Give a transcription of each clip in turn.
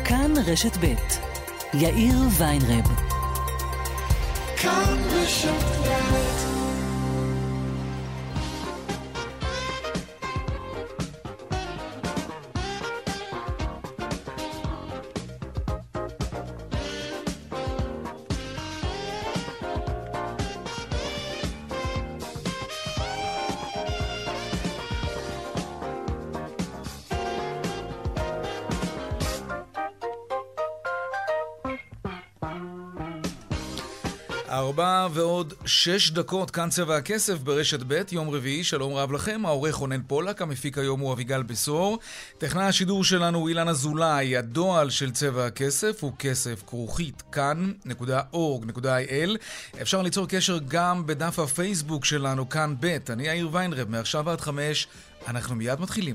כאן רשת ב' יאיר ויינרב. כאן רשת ב'. ארבע ועוד 6 דקות, כאן צבע הכסף ברשת ב', יום רביעי, שלום רב לכם, העורך רונן פולק, המפיק היום הוא אביגל בסור, טכנאי השידור שלנו הוא אילן אזולאי, הדואל של צבע הכסף הוא כסף כרוכית כאן.org.il, אפשר ליצור קשר גם בדף הפייסבוק שלנו, כאן ב', אני יאיר ויינרב, מעכשיו עד 5, אנחנו מיד מתחילים.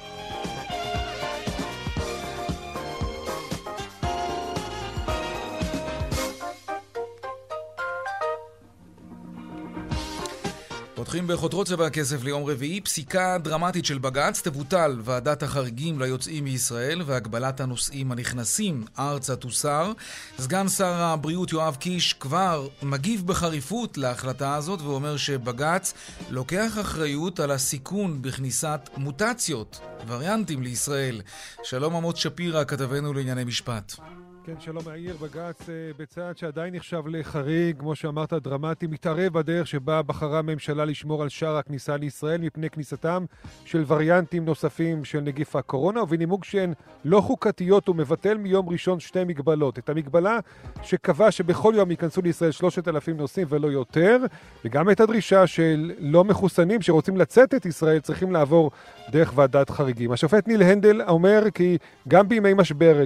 פותחים בחותרות צבע הכסף ליום רביעי, פסיקה דרמטית של בג"ץ, תבוטל ועדת החריגים ליוצאים מישראל והגבלת הנוסעים הנכנסים ארצה תוסר. סגן שר הבריאות יואב קיש כבר מגיב בחריפות להחלטה הזאת ואומר שבג"ץ לוקח אחריות על הסיכון בכניסת מוטציות, וריאנטים לישראל. שלום עמוד שפירא, כתבנו לענייני משפט. כן, שלום יאיר, בג"ץ בצעד שעדיין נחשב לחריג, כמו שאמרת, דרמטי, מתערב בדרך שבה בחרה הממשלה לשמור על שער הכניסה לישראל מפני כניסתם של וריאנטים נוספים של נגיף הקורונה, ובנימוק שהן לא חוקתיות הוא מבטל מיום ראשון 2 מגבלות. את המגבלה שקבע שבכל יום ייכנסו לישראל 3,000 נוסעים ולא יותר, וגם את הדרישה של לא מחוסנים שרוצים לצאת את ישראל צריכים לעבור דרך ועדת חריגים. השופט ניל הנדל אומר כי גם בימי משבר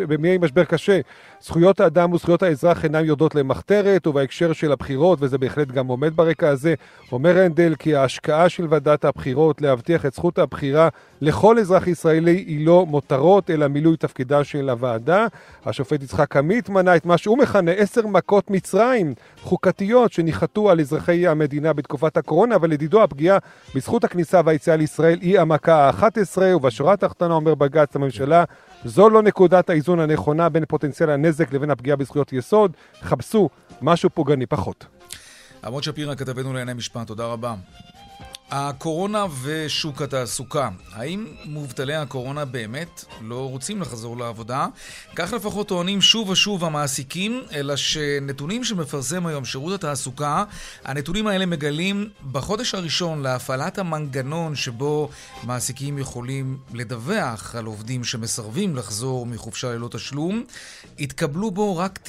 קשה, זכויות האדם וזכויות האזרח אינם יודעות למחתרת, ובהקשר של הבחירות, וזה בהחלט גם עומד ברקע הזה, אומר הנדל כי ההשקעה של ועדת הבחירות להבטיח את זכות הבחירה לכל אזרח ישראלי היא לא מותרות, אלא מילוי תפקידה של הוועדה. השופט יצחק עמית מנה את מה שהוא מכנה 10 מכות מצרים חוקתיות שניחתו על אזרחי המדינה בתקופת הקורונה, אבל לדידו הפגיעה בזכות הכניסה והיציאה לישראל היא המכה ה-11, ובשורה התחתונה אומר בג"ץ הממשלה, זו לא נקודת האיזון הנכונה בין פוטנציאל הנזק לבין הפגיעה בזכויות יסוד, חפשו משהו פוגעני פחות. עמוד שפירא, כתבנו לענייני משפט, תודה רבה. הקורונה ושוק התעסוקה. האם מובטלי הקורונה באמת לא רוצים לחזור לעבודה? כך לפחות טוענים שוב ושוב המעסיקים, אלא שנתונים שמפרסם היום שירות התעסוקה, הנתונים האלה מגלים בחודש הראשון להפעלת המנגנון שבו מעסיקים יכולים לדווח על עובדים שמסרבים לחזור מחופשה ללא תשלום, התקבלו בו רק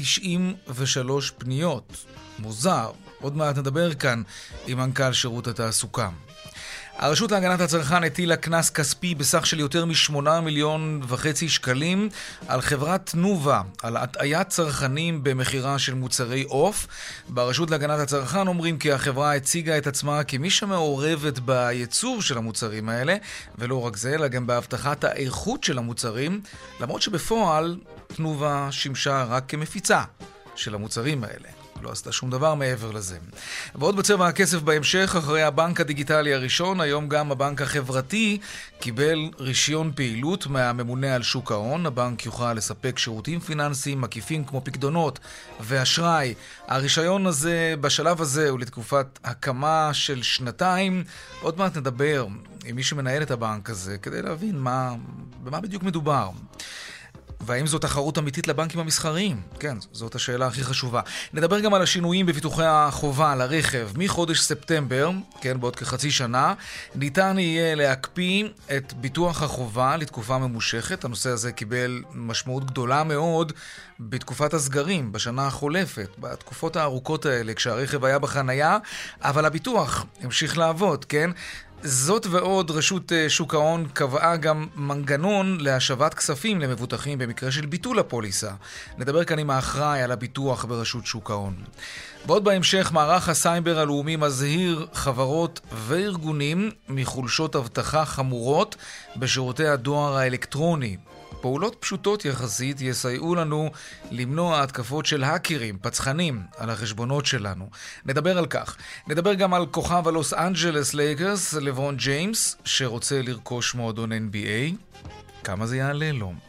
93 פניות. מוזר. עוד מעט נדבר כאן עם מנכ"ל שירות התעסוקה. הרשות להגנת הצרכן הטילה קנס כספי בסך של יותר מ8.5 מיליון שקלים על חברת תנובה, על הטעיית צרכנים במחירה של מוצרי עוף. ברשות להגנת הצרכן אומרים כי החברה הציגה את עצמה כמי שמעורבת בייצור של המוצרים האלה, ולא רק זה, אלא גם בהבטחת האיכות של המוצרים, למרות שבפועל תנובה שימשה רק כמפיצה של המוצרים האלה. לא עשתה שום דבר מעבר לזה. ועוד בצבע הכסף בהמשך, אחרי הבנק הדיגיטלי הראשון, היום גם הבנק החברתי קיבל רישיון פעילות מהממונה על שוק ההון. הבנק יוכל לספק שירותים פיננסיים מקיפים כמו פקדונות ואשראי. הרישיון הזה בשלב הזה הוא לתקופת הקמה של 2. עוד מעט נדבר עם מי שמנהל את הבנק הזה כדי להבין במה בדיוק מדובר. והאם זו תחרות אמיתית לבנקים המסחריים? כן, זאת השאלה הכי חשובה. נדבר גם על השינויים בביטוחי החובה לרכב. מחודש ספטמבר, כן, בעוד כחצי שנה, ניתן יהיה להקפיא את ביטוח החובה לתקופה ממושכת. הנושא הזה קיבל משמעות גדולה מאוד בתקופת הסגרים, בשנה החולפת, בתקופות הארוכות האלה, כשהרכב היה בחנייה, אבל הביטוח המשיך לעבוד, כן? זאת ועוד, רשות שוק ההון קבעה גם מנגנון להשבת כספים למבוטחים במקרה של ביטול הפוליסה. נדבר כאן עם האחראי על הביטוח ברשות שוק ההון. ועוד בהמשך, מערך הסייבר הלאומי מזהיר חברות וארגונים מחולשות אבטחה חמורות בשירותי הדואר האלקטרוני. פעולות פשוטות יחסית יסייעו לנו למנוע התקפות של האקרים, פצחנים, על החשבונות שלנו. נדבר על כך. נדבר גם על כוכב הלוס אנג'לס לייקרס, לברון ג'יימס, שרוצה לרכוש מועדון NBA. כמה זה יעלה לו?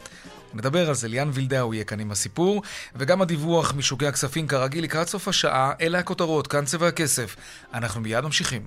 נדבר על זה, ליאן וילדאו יהיה כאן עם הסיפור, וגם הדיווח משוקי הכספים כרגיל לקראת סוף השעה. אלה הכותרות, כאן צבע הכסף. אנחנו מיד ממשיכים.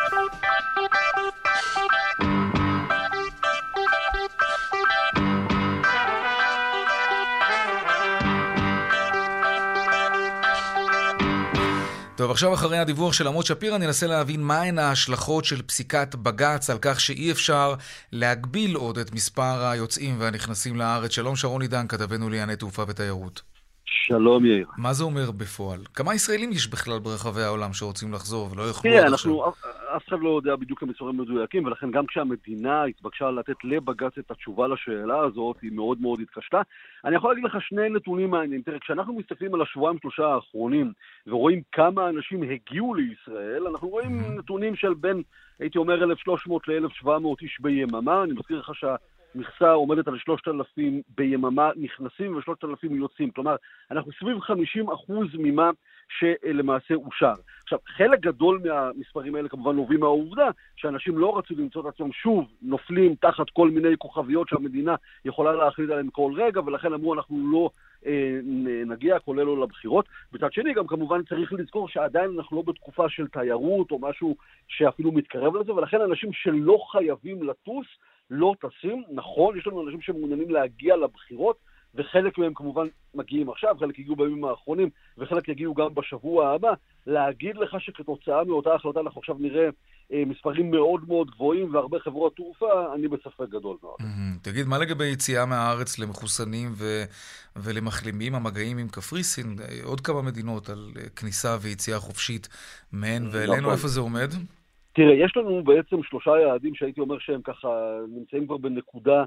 טוב, עכשיו אחרי הדיווח של עמוד שפירא ננסה להבין מהן ההשלכות של פסיקת בג"ץ על כך שאי אפשר להגביל עוד את מספר היוצאים והנכנסים לארץ. שלום שרון עידן, כתבנו לענייני תעופה ותיירות. שלום יאיר. מה זה אומר בפועל? כמה ישראלים יש בכלל ברחבי העולם שרוצים לחזור ולא יוכלו תראה, עד עכשיו? אף אחד לא יודע בדיוק המספרים מדויקים, ולכן גם כשהמדינה התבקשה לתת לבג"ץ את התשובה לשאלה הזאת, היא מאוד מאוד התקשתה. אני יכול להגיד לך שני נתונים מעניינים. תראה, כשאנחנו מסתכלים על השבועיים שלושה האחרונים, ורואים כמה אנשים הגיעו לישראל, אנחנו רואים נתונים של בין, הייתי אומר, 1,300 ל-1,700 איש ביממה. אני מזכיר לך מכסה עומדת על 3,000 ביממה נכנסים ו3,000 יוצאים. כלומר, אנחנו סביב 50% ממה שלמעשה אושר. עכשיו, חלק גדול מהמספרים האלה כמובן נובעים מהעובדה שאנשים לא רצו למצוא את עצמם שוב נופלים תחת כל מיני כוכביות שהמדינה יכולה להחליט עליהם כל רגע, ולכן אמרו אנחנו לא נגיע כולל לו לבחירות. בצד שני גם כמובן צריך לזכור שעדיין אנחנו לא בתקופה של תיירות או משהו שאפילו מתקרב לזה, ולכן אנשים שלא חייבים לטוס לא טסים. נכון, יש לנו אנשים שמעוניינים להגיע לבחירות, וחלק מהם כמובן מגיעים עכשיו, חלק הגיעו בימים האחרונים, וחלק יגיעו גם בשבוע הבא. להגיד לך שכתוצאה מאותה החלטה אנחנו עכשיו נראה מספרים מאוד מאוד גבוהים, והרבה חברות תעופה, אני בספק גדול מאוד. תגיד, מה לגבי יציאה מהארץ למחוסנים ולמחלימים, המגעים עם קפריסין, עוד כמה מדינות על כניסה ויציאה חופשית מהן ואלינו, איפה זה עומד? תראה, יש לנו בעצם 3 יעדים שהייתי אומר שהם ככה נמצאים כבר בנקודה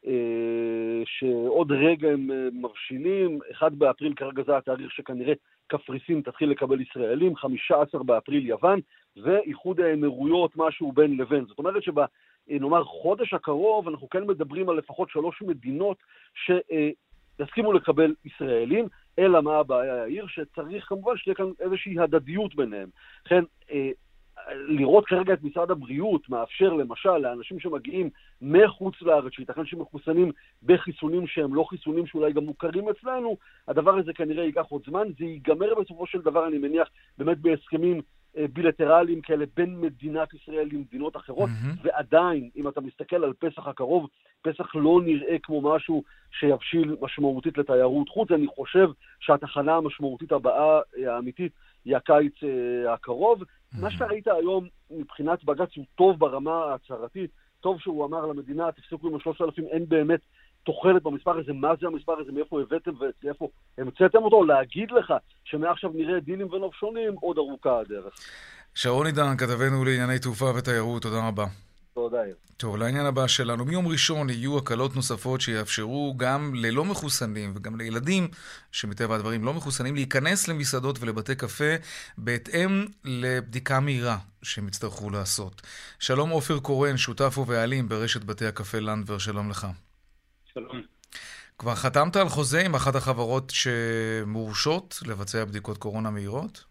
שעוד רגע הם מבשילים. 1 באפריל כרגע זה התאריך שכנראה קפריסין תתחיל לקבל ישראלים, 15 באפריל יוון, ואיחוד האמירויות משהו בין לבין. זאת אומרת שבנאמר חודש הקרוב אנחנו כן מדברים על לפחות 3 מדינות שיסכימו לקבל ישראלים, אלא מה הבעיה העיר? שצריך כמובן שתהיה כאן איזושהי הדדיות ביניהם. לכן לראות כרגע את משרד הבריאות מאפשר למשל לאנשים שמגיעים מחוץ לארץ, שייתכן שמחוסנים בחיסונים שהם לא חיסונים שאולי גם מוכרים אצלנו, הדבר הזה כנראה ייקח עוד זמן. זה ייגמר בסופו של דבר, אני מניח, באמת בהסכמים בילטרליים כאלה בין מדינת ישראל למדינות אחרות, ועדיין, אם אתה מסתכל על פסח הקרוב, פסח לא נראה כמו משהו שיבשיל משמעותית לתיירות חוץ. אני חושב שהתחנה המשמעותית הבאה, האמיתית, היא הקיץ הקרוב. מה שאתה ראית היום מבחינת בג"ץ הוא טוב ברמה ההצהרתית, טוב שהוא אמר למדינה, תפסיקו עם 3,000, אין באמת תוחלת במספר הזה, מה זה המספר הזה, מאיפה הבאתם ואיפה המצאתם אותו. להגיד לך שמעכשיו נראה דילים ונופשונים, עוד ארוכה הדרך. שרון עידן, כתבנו לענייני תעופה ותיירות, תודה רבה. תודה. טוב, לעניין הבא שלנו, מיום ראשון יהיו הקלות נוספות שיאפשרו גם ללא מחוסנים וגם לילדים שמטבע הדברים לא מחוסנים להיכנס למסעדות ולבתי קפה בהתאם לבדיקה מהירה שהם יצטרכו לעשות. שלום עופר קורן, שותף ובעלים ברשת בתי הקפה לנדבר, שלום לך. שלום. כבר חתמת על חוזה עם אחת החברות שמורשות לבצע בדיקות קורונה מהירות?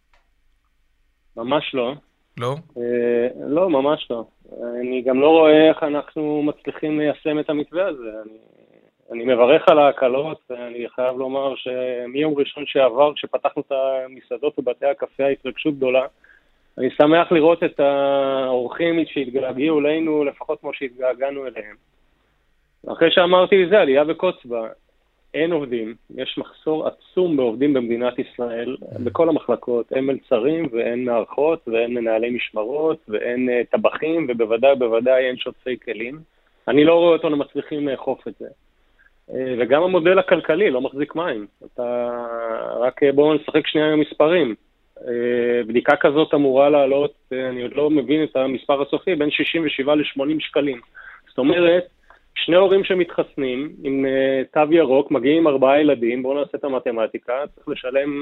ממש לא. לא? לא, ממש לא. אני גם לא רואה איך אנחנו מצליחים ליישם את המתווה הזה. אני מברך על ההקלות, אני חייב לומר שמיום ראשון שעבר, כשפתחנו את המסעדות ובתי הקפה, ההתרגשות גדולה. אני שמח לראות את האורחים שהתגעגעו אלינו, לפחות כמו שהתגעגענו אליהם. אחרי שאמרתי זה, עלייה בקוצבה, אין עובדים, יש מחסור עצום בעובדים במדינת ישראל, בכל המחלקות, אין מלצרים ואין מערכות ואין מנהלי משמרות ואין טבחים ובוודאי אין שוטפי כלים. אני לא רואה אותנו מצליחים לאכוף את זה. וגם המודל הכלכלי לא מחזיק מים. רק בואו נשחק שנייה עם המספרים. בדיקה כזאת אמורה לעלות, אני עוד לא מבין את המספר הסופי, בין 67 ל-80 שקלים. זאת אומרת, 2 הורים שמתחסנים עם תו ירוק, מגיעים 4 ילדים, בואו נעשה את המתמטיקה, צריך לשלם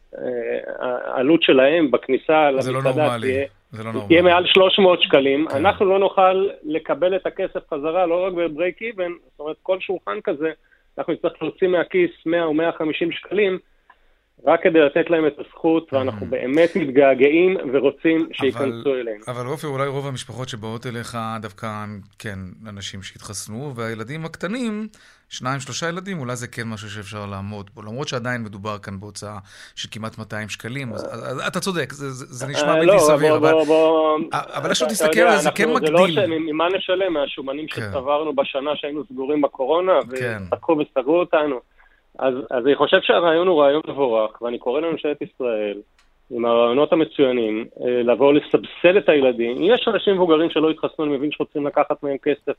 עלות שלהם בכניסה למסעדה, תהיה מעל 300 שקלים, כן. אנחנו לא נוכל לקבל את הכסף חזרה, לא רק בברייק איבן, זאת אומרת כל שולחן כזה, אנחנו נצטרך להוציא מהכיס 100 או 150 שקלים, רק כדי לתת להם את הזכות, ואנחנו באמת מתגעגעים ורוצים שיכנסו אלינו. אבל אופי, אולי רוב המשפחות שבאות אליך דווקא, כן, אנשים שהתחסנו, והילדים הקטנים, 2-3 ילדים, אולי זה כן משהו שאפשר לעמוד בו, למרות שעדיין מדובר כאן בהוצאה של כמעט 200 שקלים, אז אתה צודק, זה נשמע בלתי סביר, אבל איך שתסתכל על זה כן מגדיל. זה לא ממה נשלם מהשומנים שצברנו בשנה שהיינו סגורים בקורונה, ופתחו וסגרו אותנו. אז אני חושב שהרעיון הוא רעיון מבורך, ואני קורא לממשלת ישראל, עם הרעיונות המצוינים, לבוא לסבסד את הילדים. יש אנשים מבוגרים שלא התחסנו, אני מבין שרוצים לקחת מהם כסף,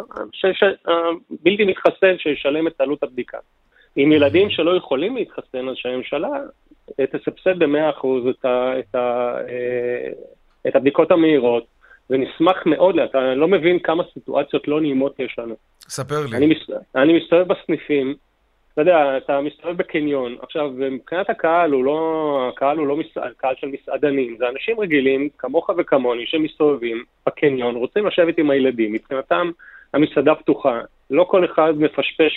בלתי מתחסן שישלם את עלות הבדיקה. עם ילדים שלא יכולים להתחסן, אז שהממשלה תסבסד ב100% את הבדיקות המהירות, ונשמח מאוד, אתה לא מבין כמה סיטואציות לא נעימות יש לנו. ספר לי. אני מסתובב בסניפים, אתה יודע, אתה מסתובב בקניון, עכשיו, מבחינת הקהל הוא לא קהל של מסעדנים, זה אנשים רגילים, כמוך וכמוני, שמסתובבים בקניון, רוצים לשבת עם הילדים, מבחינתם המסעדה פתוחה, לא כל אחד מפשפש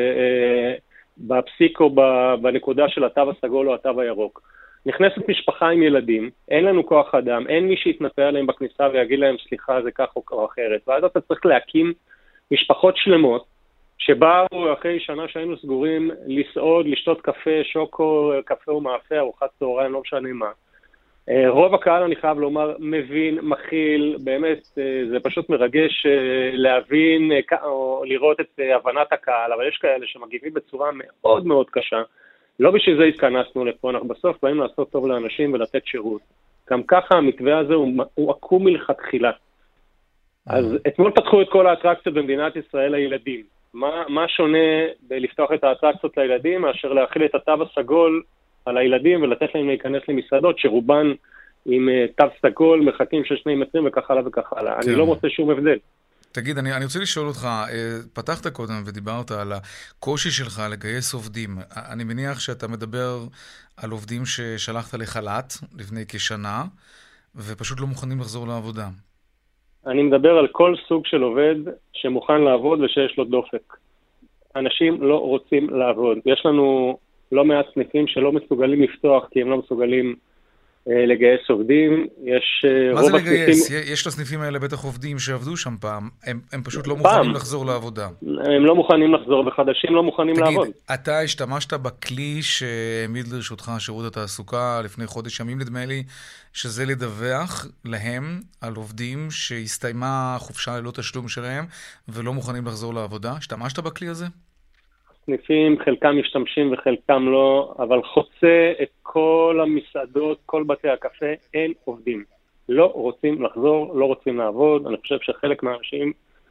בפסיק או בנקודה של התו הסגול או התו הירוק. נכנסת משפחה עם ילדים, אין לנו כוח אדם, אין מי שיתנפל עליהם בכניסה ויגיד להם סליחה, זה כך או אחרת, ואז אתה צריך להקים משפחות שלמות, שבאו אחרי שנה שהיינו סגורים לסעוד, לשתות קפה, שוקו, קפה ומאפה, ארוחת צהריים, לא משנה מה. רוב הקהל, אני חייב לומר, מבין, מכיל, באמת זה פשוט מרגש להבין או לראות את הבנת הקהל, אבל יש כאלה שמגיבים בצורה מאוד מאוד קשה. לא בשביל זה התכנסנו לפה, אנחנו בסוף באים לעשות טוב לאנשים ולתת שירות. גם ככה המתווה הזה הוא עקום מלכתחילה. אז אתמול פתחו את כל האטרקציות במדינת ישראל לילדים. מה שונה בלפתוח את האטרקציות לילדים, מאשר להכיל את התו הסגול על הילדים ולתת להם להיכנס למסעדות, שרובן עם תו סגול, מרחקים של 2 מטרים וכך הלאה וכך הלאה. אני לא מוצא שום הבדל. תגיד, אני רוצה לשאול אותך, פתחת קודם ודיברת על הקושי שלך לגייס עובדים. אני מניח שאתה מדבר על עובדים ששלחת לחל"ת לפני כשנה, ופשוט לא מוכנים לחזור לעבודה. אני מדבר על כל סוג של עובד שמוכן לעבוד ושיש לו דופק. אנשים לא רוצים לעבוד. יש לנו לא מעט סניפים שלא מסוגלים לפתוח כי הם לא מסוגלים לגייס עובדים. יש מה זה לגייס? יש לסניפים האלה בטח עובדים שעבדו שם פעם. הם פשוט לא מוכנים לחזור לעבודה. הם לא מוכנים לחזור, וחדשים לא מוכנים לעבוד. תגיד, אתה השתמשת בכלי שהעמיד לרשותך שירות התעסוקה לפני חודש ימים, נדמה לי, שזה לדווח להם על עובדים שהסתיימה חופשה ללא תשלום שלהם ולא מוכנים לחזור לעבודה. השתמשת בכלי הזה? סניפים, חלקם משתמשים וחלקם לא, אבל חוצה את כל המסעדות, כל בתי הקפה, אין עובדים. לא רוצים לחזור, לא רוצים לעבוד. אני חושב שחלק מהאנשים,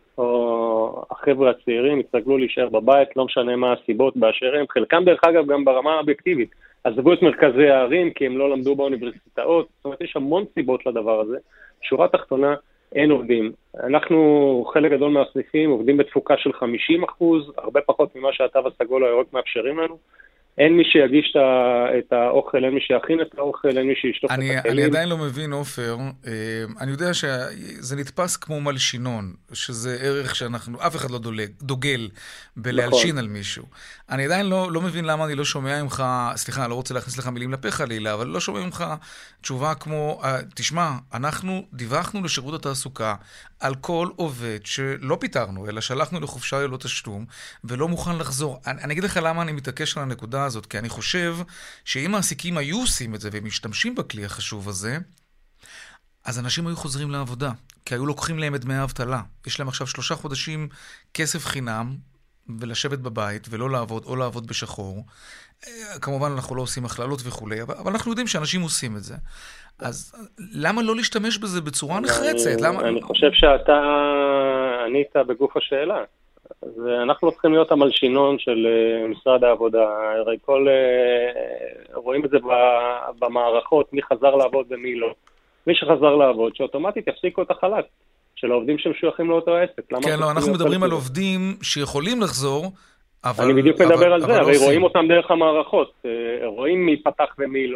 או החבר'ה הצעירים, יצטרכו להישאר בבית, לא משנה מה הסיבות באשר הם. חלקם דרך אגב גם ברמה האובייקטיבית. עזבו את מרכזי הערים, כי הם לא למדו באוניברסיטאות. זאת אומרת, יש המון סיבות לדבר הזה. שורה תחתונה, אין עובדים. אנחנו, חלק גדול מהסניפים, עובדים בתפוקה של 50%, הרבה פחות ממה שהתו הסגול הירוק מאפשרים לנו. אין מי שיגיש את האוכל, אין מי שיכין את האוכל, אין מי שישטוף את הכלים. אני עדיין לא מבין, עופר, אני יודע שזה נתפס כמו מלשינון, שזה ערך שאנחנו, אף אחד לא דוגל בלהלשין על מישהו. אני עדיין לא מבין למה אני לא שומע ממך, סליחה, לא רוצה להכניס לך מילים לפה חלילה, אבל לא שומע ממך תשובה כמו, תשמע, אנחנו דיווחנו לשירות התעסוקה על כל עובד שלא פיתרנו, אלא שלחנו לחופשה ללא תשלום, ולא מוכן לחזור. אני אגיד לך למה אני מתעקש על הנקודה הזאת, כי אני חושב שאם מעסיקים היו עושים את זה והם משתמשים בכלי החשוב הזה, אז אנשים היו חוזרים לעבודה, כי היו לוקחים להם את דמי האבטלה. יש להם עכשיו 3 חודשים כסף חינם, ולשבת בבית ולא לעבוד או לעבוד בשחור. כמובן אנחנו לא עושים הכללות וכו', אבל אנחנו יודעים שאנשים עושים את זה. אז למה לא להשתמש בזה בצורה נחרצת? אני חושב שאתה ענית בגוף השאלה. אנחנו לא צריכים להיות המלשינון של משרד העבודה. הרי רואים את זה במערכות, מי חזר לעבוד ומי לא. מי שחזר לעבוד, שאוטומטית יפסיקו את החל"ת של העובדים שמשויכים לאותו עסק. כן, לא, אנחנו מדברים על עובדים שיכולים לחזור, אבל... אני בדיוק מדבר על זה, הרי רואים אותם דרך המערכות. רואים מי פתח ומי לא,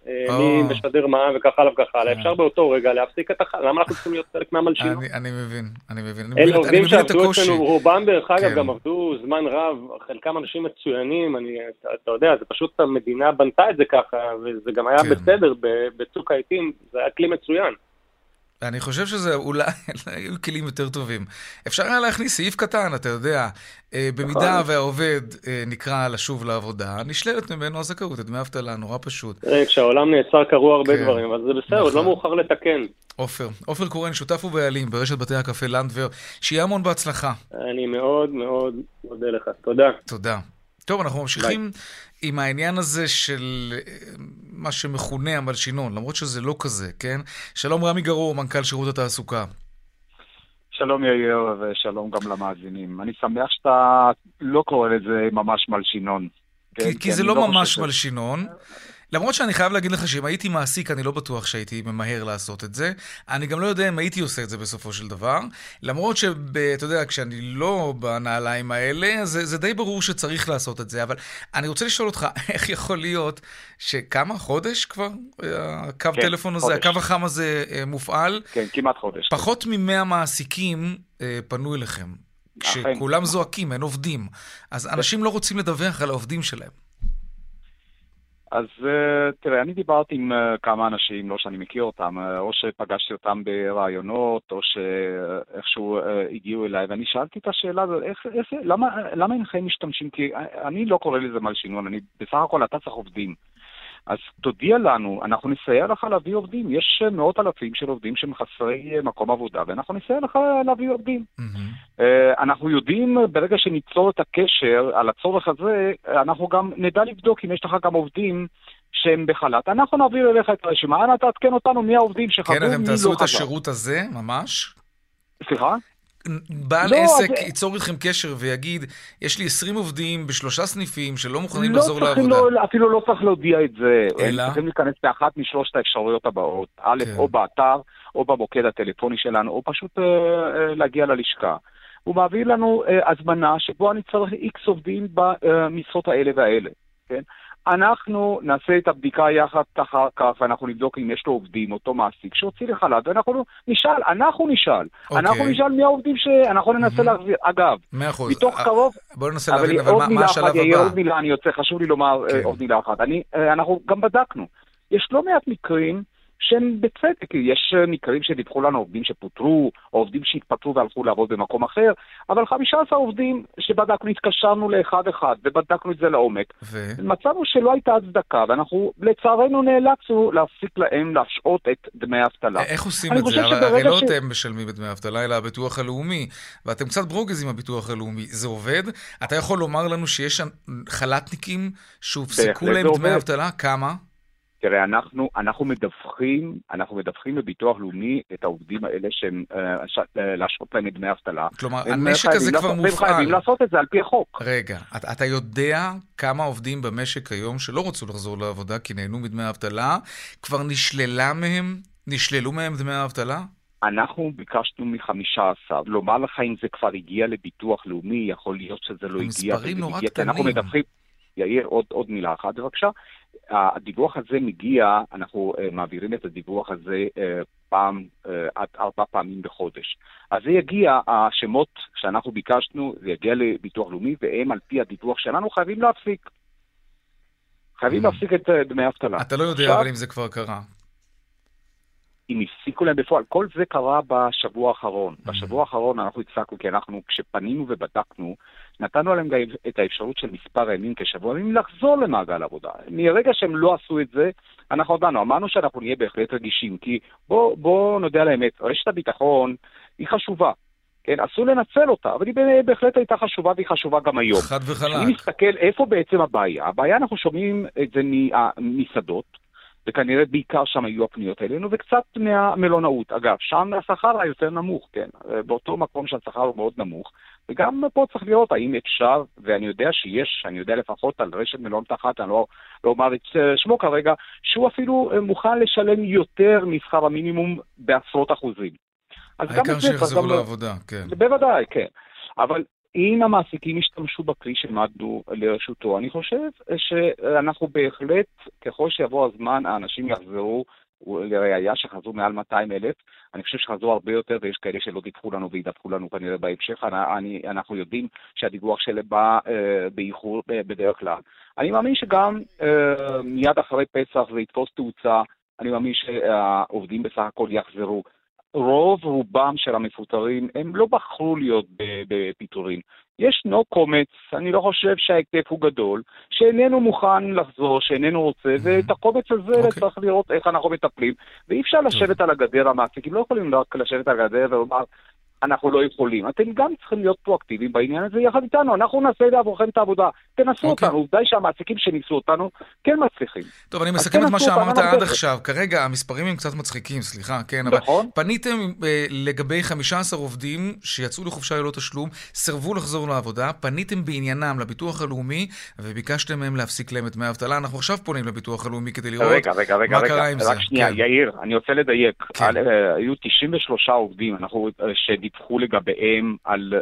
מי משדר מה וככה עליו וככה עליו. אפשר באותו רגע להפסיק את למה אנחנו צריכים להיות חלק מהמלשינות? אני מבין. אלה עובדים שעבדו אצלנו, רובם דרך אגב גם עבדו זמן רב, חלקם אנשים מצוינים, אתה יודע, זה פשוט המדינה בנתה את זה ככה, וזה גם היה בסדר, בצוק העיתים, זה היה כלי מצוין. אני חושב שזה אולי היו כלים יותר טובים. אפשר היה להכניס סעיף קטן, אתה יודע, במידה והעובד נקרא לשוב לעבודה, נשללת ממנו הזכאות, את דמי אבטלה, נורא פשוט. כשהעולם נעצר קרו הרבה דברים, אבל זה בסדר, עוד לא מאוחר לתקן. עופר קורן, שותף ובעלים ברשת בתי הקפה לנדבר, שיהיה המון בהצלחה. אני מאוד מאוד מודה לך, תודה. טוב, אנחנו ממשיכים עם העניין הזה של מה שמכונה המלשינון, למרות שזה לא כזה, כן? שלום רמי גרור, מנכ"ל שירות התעסוקה. שלום יאיר ושלום גם למאזינים. אני שמח שאתה לא קורא לזה ממש מלשינון. כי זה לא ממש מלשינון. למרות שאני חייב להגיד לך שאם הייתי מעסיק, אני לא בטוח שהייתי ממהר לעשות את זה. אני גם לא יודע אם הייתי עושה את זה בסופו של דבר. למרות שאתה יודע, כשאני לא בנעליים האלה, זה די ברור שצריך לעשות את זה. אבל אני רוצה לשאול אותך, איך יכול להיות שכמה חודש כבר הקו טלפון הזה, הקו החם הזה מופעל? כן, כמעט חודש. פחות מ100 מעסיקים פנו אליכם. כשכולם זועקים, אין עובדים. אז אנשים לא רוצים לדווח על העובדים שלהם. אז תראה, אני דיברתי עם כמה אנשים, לא שאני מכיר אותם, או שפגשתי אותם ברעיונות, או שאיכשהו הגיעו אליי, ואני שאלתי את השאלה הזאת, למה אינכם משתמשים? כי אני לא קורא לזה מלשינון, בסך הכל אתה צריך עובדים. אז תודיע לנו, אנחנו נסייע לך להביא עובדים. יש מאות אלפים של עובדים שהם חסרי מקום עבודה, ואנחנו נסייע לך להביא עובדים. אנחנו יודעים, ברגע שניצור את הקשר על הצורך הזה, אנחנו גם נדע לבדוק אם יש לך גם עובדים שהם בחל"ת. אנחנו נעביר אליך את הרשימה, אנא תעדכן אותנו מי העובדים שחזרו, כן, אתם תעשו את השירות הזה, ממש? סליחה? בעל עסק ייצור איתכם קשר ויגיד, יש לי 20 עובדים בשלושה סניפים שלא מוכנים לחזור לעבודה. אפילו לא צריך להודיע את זה. אלא? צריכים להיכנס באחת משלושת האפשרויות הבאות. א', או באתר, או במוקד הטלפוני שלנו, או פשוט להגיע ללשכה. הוא מעביר לנו הזמנה שבו אני צריך X עובדים במשרות האלה והאלה. כן? אנחנו נעשה את הבדיקה יחד אחר כך, ואנחנו נבדוק אם יש לו עובדים, אותו מעסיק, שהוציא לחל"ת, ואנחנו נשאל מי העובדים שאנחנו ננסה להחזיר. אגב, מתוך קרוב, בואו ננסה להבין, אבל מה השלב הבא? עוד מילה, חשוב לי לומר עוד מילה אחת. אנחנו גם בדקנו. יש לא מעט מקרים שהם בצדק, יש מקרים שדיווחו לנו עובדים שפוטרו, או עובדים שהתפטרו והלכו לעבוד במקום אחר, אבל 15 עובדים שבדקנו, התקשרנו לאחד ובדקנו את זה לעומק. מצאנו שלא הייתה הצדקה, ואנחנו לצערנו נאלצנו להפסיק להם להשעות את דמי האבטלה. איך עושים את זה? הרי לא אתם משלמים את דמי האבטלה, אלא הביטוח הלאומי, ואתם קצת ברוגז עם הביטוח הלאומי. זה עובד? אתה יכול לומר לנו שיש חל"תניקים שהופסקו להם דמי האבטלה? כמה? תראה, אנחנו מדווחים בביטוח לאומי את העובדים האלה שהם להשעות להם את דמי האבטלה. כלומר, המשק הזה כבר מופעל. הם חייבים לעשות את זה על פי החוק. רגע, אתה יודע כמה עובדים במשק היום שלא רוצו לחזור לעבודה כי נהנו מדמי האבטלה, כבר נשללו מהם דמי האבטלה? אנחנו ביקשנו מ-15. לומר לך אם זה כבר הגיע לביטוח לאומי, יכול להיות שזה לא הגיע. מספרים נורא קטנים. יאיר, עוד מילה אחת בבקשה. הדיווח הזה מגיע, אנחנו מעבירים את הדיווח הזה עד 4 פעמים בחודש. אז זה יגיע, השמות שאנחנו ביקשנו, זה יגיע לביטוח לאומי, והם על פי הדיווח שלנו חייבים להפסיק. חייבים להפסיק את דמי האבטלה. אתה לא יודע אבל אם זה כבר קרה. אם הפסיקו להם בפועל, כל זה קרה בשבוע האחרון. בשבוע האחרון אנחנו הצלחנו, כי אנחנו כשפנינו ובדקנו, נתנו עליהם גם את האפשרות של מספר ימים כשבוע ימים לחזור למעגל עבודה. מרגע שהם לא עשו את זה, אנחנו אמרנו שאנחנו נהיה בהחלט רגישים, כי בוא נודע לאמת, רשת הביטחון היא חשובה, כן, אסור לנצל אותה, אבל היא בהחלט הייתה חשובה והיא חשובה גם היום. חד וחלק. אני מסתכל איפה בעצם הבעיה. הבעיה אנחנו שומעים את זה ממסעדות, וכנראה בעיקר שם היו הפניות האלינו, וקצת מהמלונאות. אגב, שם השכר היה יותר נמוך, כן? באותו מקום שהשכר הוא מאוד נמוך, וגם פה צריך לראות האם אפשר, ואני יודע אני יודע לפחות על רשת מלונות אחת, אני לא אומר את שמו כרגע, שהוא אפילו מוכן לשלם יותר משכר המינימום בעשרות אחוזים. העיקר שיחזרו לעבודה, כן. בוודאי, כן. אבל אם המעסיקים ישתמשו בכלי שמעדו לרשותו, אני חושב שאנחנו בהחלט, ככל שיבוא הזמן, האנשים יחזרו, לראיה שחזרו מעל 200,000, אני חושב שחזרו הרבה יותר, ויש כאלה שלא דיווחו לנו וידווחו לנו כנראה בהמשך, אנחנו יודעים שהדיווח שלהם בא באיחור בדרך כלל. אני מאמין שגם מיד אחרי פסח זה יתפוס תאוצה, אני מאמין שהעובדים בסך הכל יחזרו. רובם של המפוטרים הם לא בחרו להיות בפיטורים. ישנו קומץ, אני לא חושב שההיקף הוא גדול, שאיננו מוכן לחזור, שאיננו רוצה, ואת הקומץ הזה צריך לראות איך אנחנו מטפלים, ואי אפשר לשבת על הגדר המעסיקים, לא יכולים רק לשבת על הגדר ולומר, אנחנו לא יכולים. אתם גם צריכים להיות פרואקטיביים בעניין הזה יחד איתנו. אנחנו נעשה לעבורכם את העבודה. תנסו אותנו. עובדה שהמעסיקים שניסו אותנו כן מצליחים. טוב, אני מסכם את מה שאמרת עד עכשיו. כרגע המספרים הם קצת מצחיקים, סליחה, כן, אבל פניתם לגבי 15 עובדים שיצאו לחופשה ללא תשלום, סרבו לחזור לעבודה, פניתם בעניינם לביטוח הלאומי, וביקשתם מהם להפסיק להם את דמי האבטלה. אנחנו עכשיו פונים לביטוח הלאומי כדי לראות מה קרה עם זה. רק שנייה, יאיר, אני רוצה לדייק. היו 93 עובדים, דיווחו לגביהם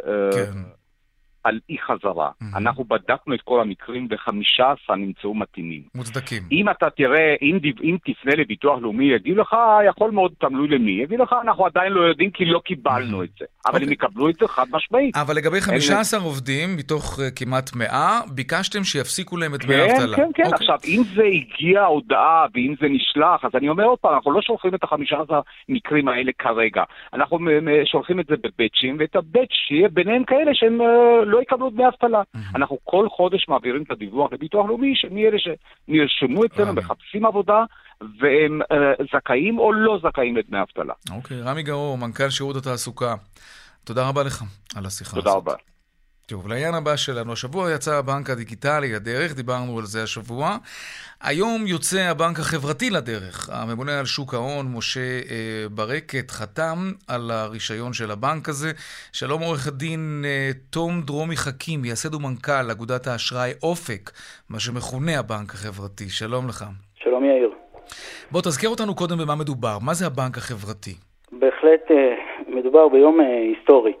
על אי חזרה. אנחנו בדקנו את כל המקרים ו15 נמצאו מתאימים. מוצדקים. אם אתה תראה, אם תפנה לביטוח לאומי, יגיד לך, יכול מאוד תמלוי למי, יגיד לך, אנחנו עדיין לא יודעים כי לא קיבלנו את זה. אבל הם יקבלו את זה חד משמעית. אבל לגבי 15 עובדים, מתוך כמעט 100, ביקשתם שיפסיקו להם את דמי האבטלה. כן. עכשיו, אם זה הגיע הודעה ואם זה נשלח, אז אני אומר עוד פעם, אנחנו לא שולחים את 15 מקרים האלה כרגע. אנחנו שולחים את זה בבטשים, ואת הבטש יהיה ביניהם כאלה שהם לא יקבלו דמי אבטלה. אנחנו כל חודש מעבירים את הדיווח לביטוח לאומי, שמי אלה שנרשמו אצלנו, מחפשים עבודה, והם זכאים או לא זכאים לדמי אבטלה. אוקיי, רמי גאור, מנכ"ל שירות התעסוקה. תודה רבה לך על השיחה הזאת. תודה רבה. טוב, לעניין הבא שלנו, השבוע יצא הבנק הדיגיטלי לדרך, דיברנו על זה השבוע. היום יוצא הבנק החברתי לדרך. הממונה על שוק ההון, משה ברקת, חתם על הרישיון של הבנק הזה. שלום עורך הדין תום דרומי חכים, מייסד ומנכ"ל אגודת האשראי אופק, מה שמכונה הבנק החברתי. שלום לך. שלום יאיר. בוא תזכיר אותנו קודם במה מדובר. מה זה הבנק החברתי? בהחלט מדובר ביום היסטורי.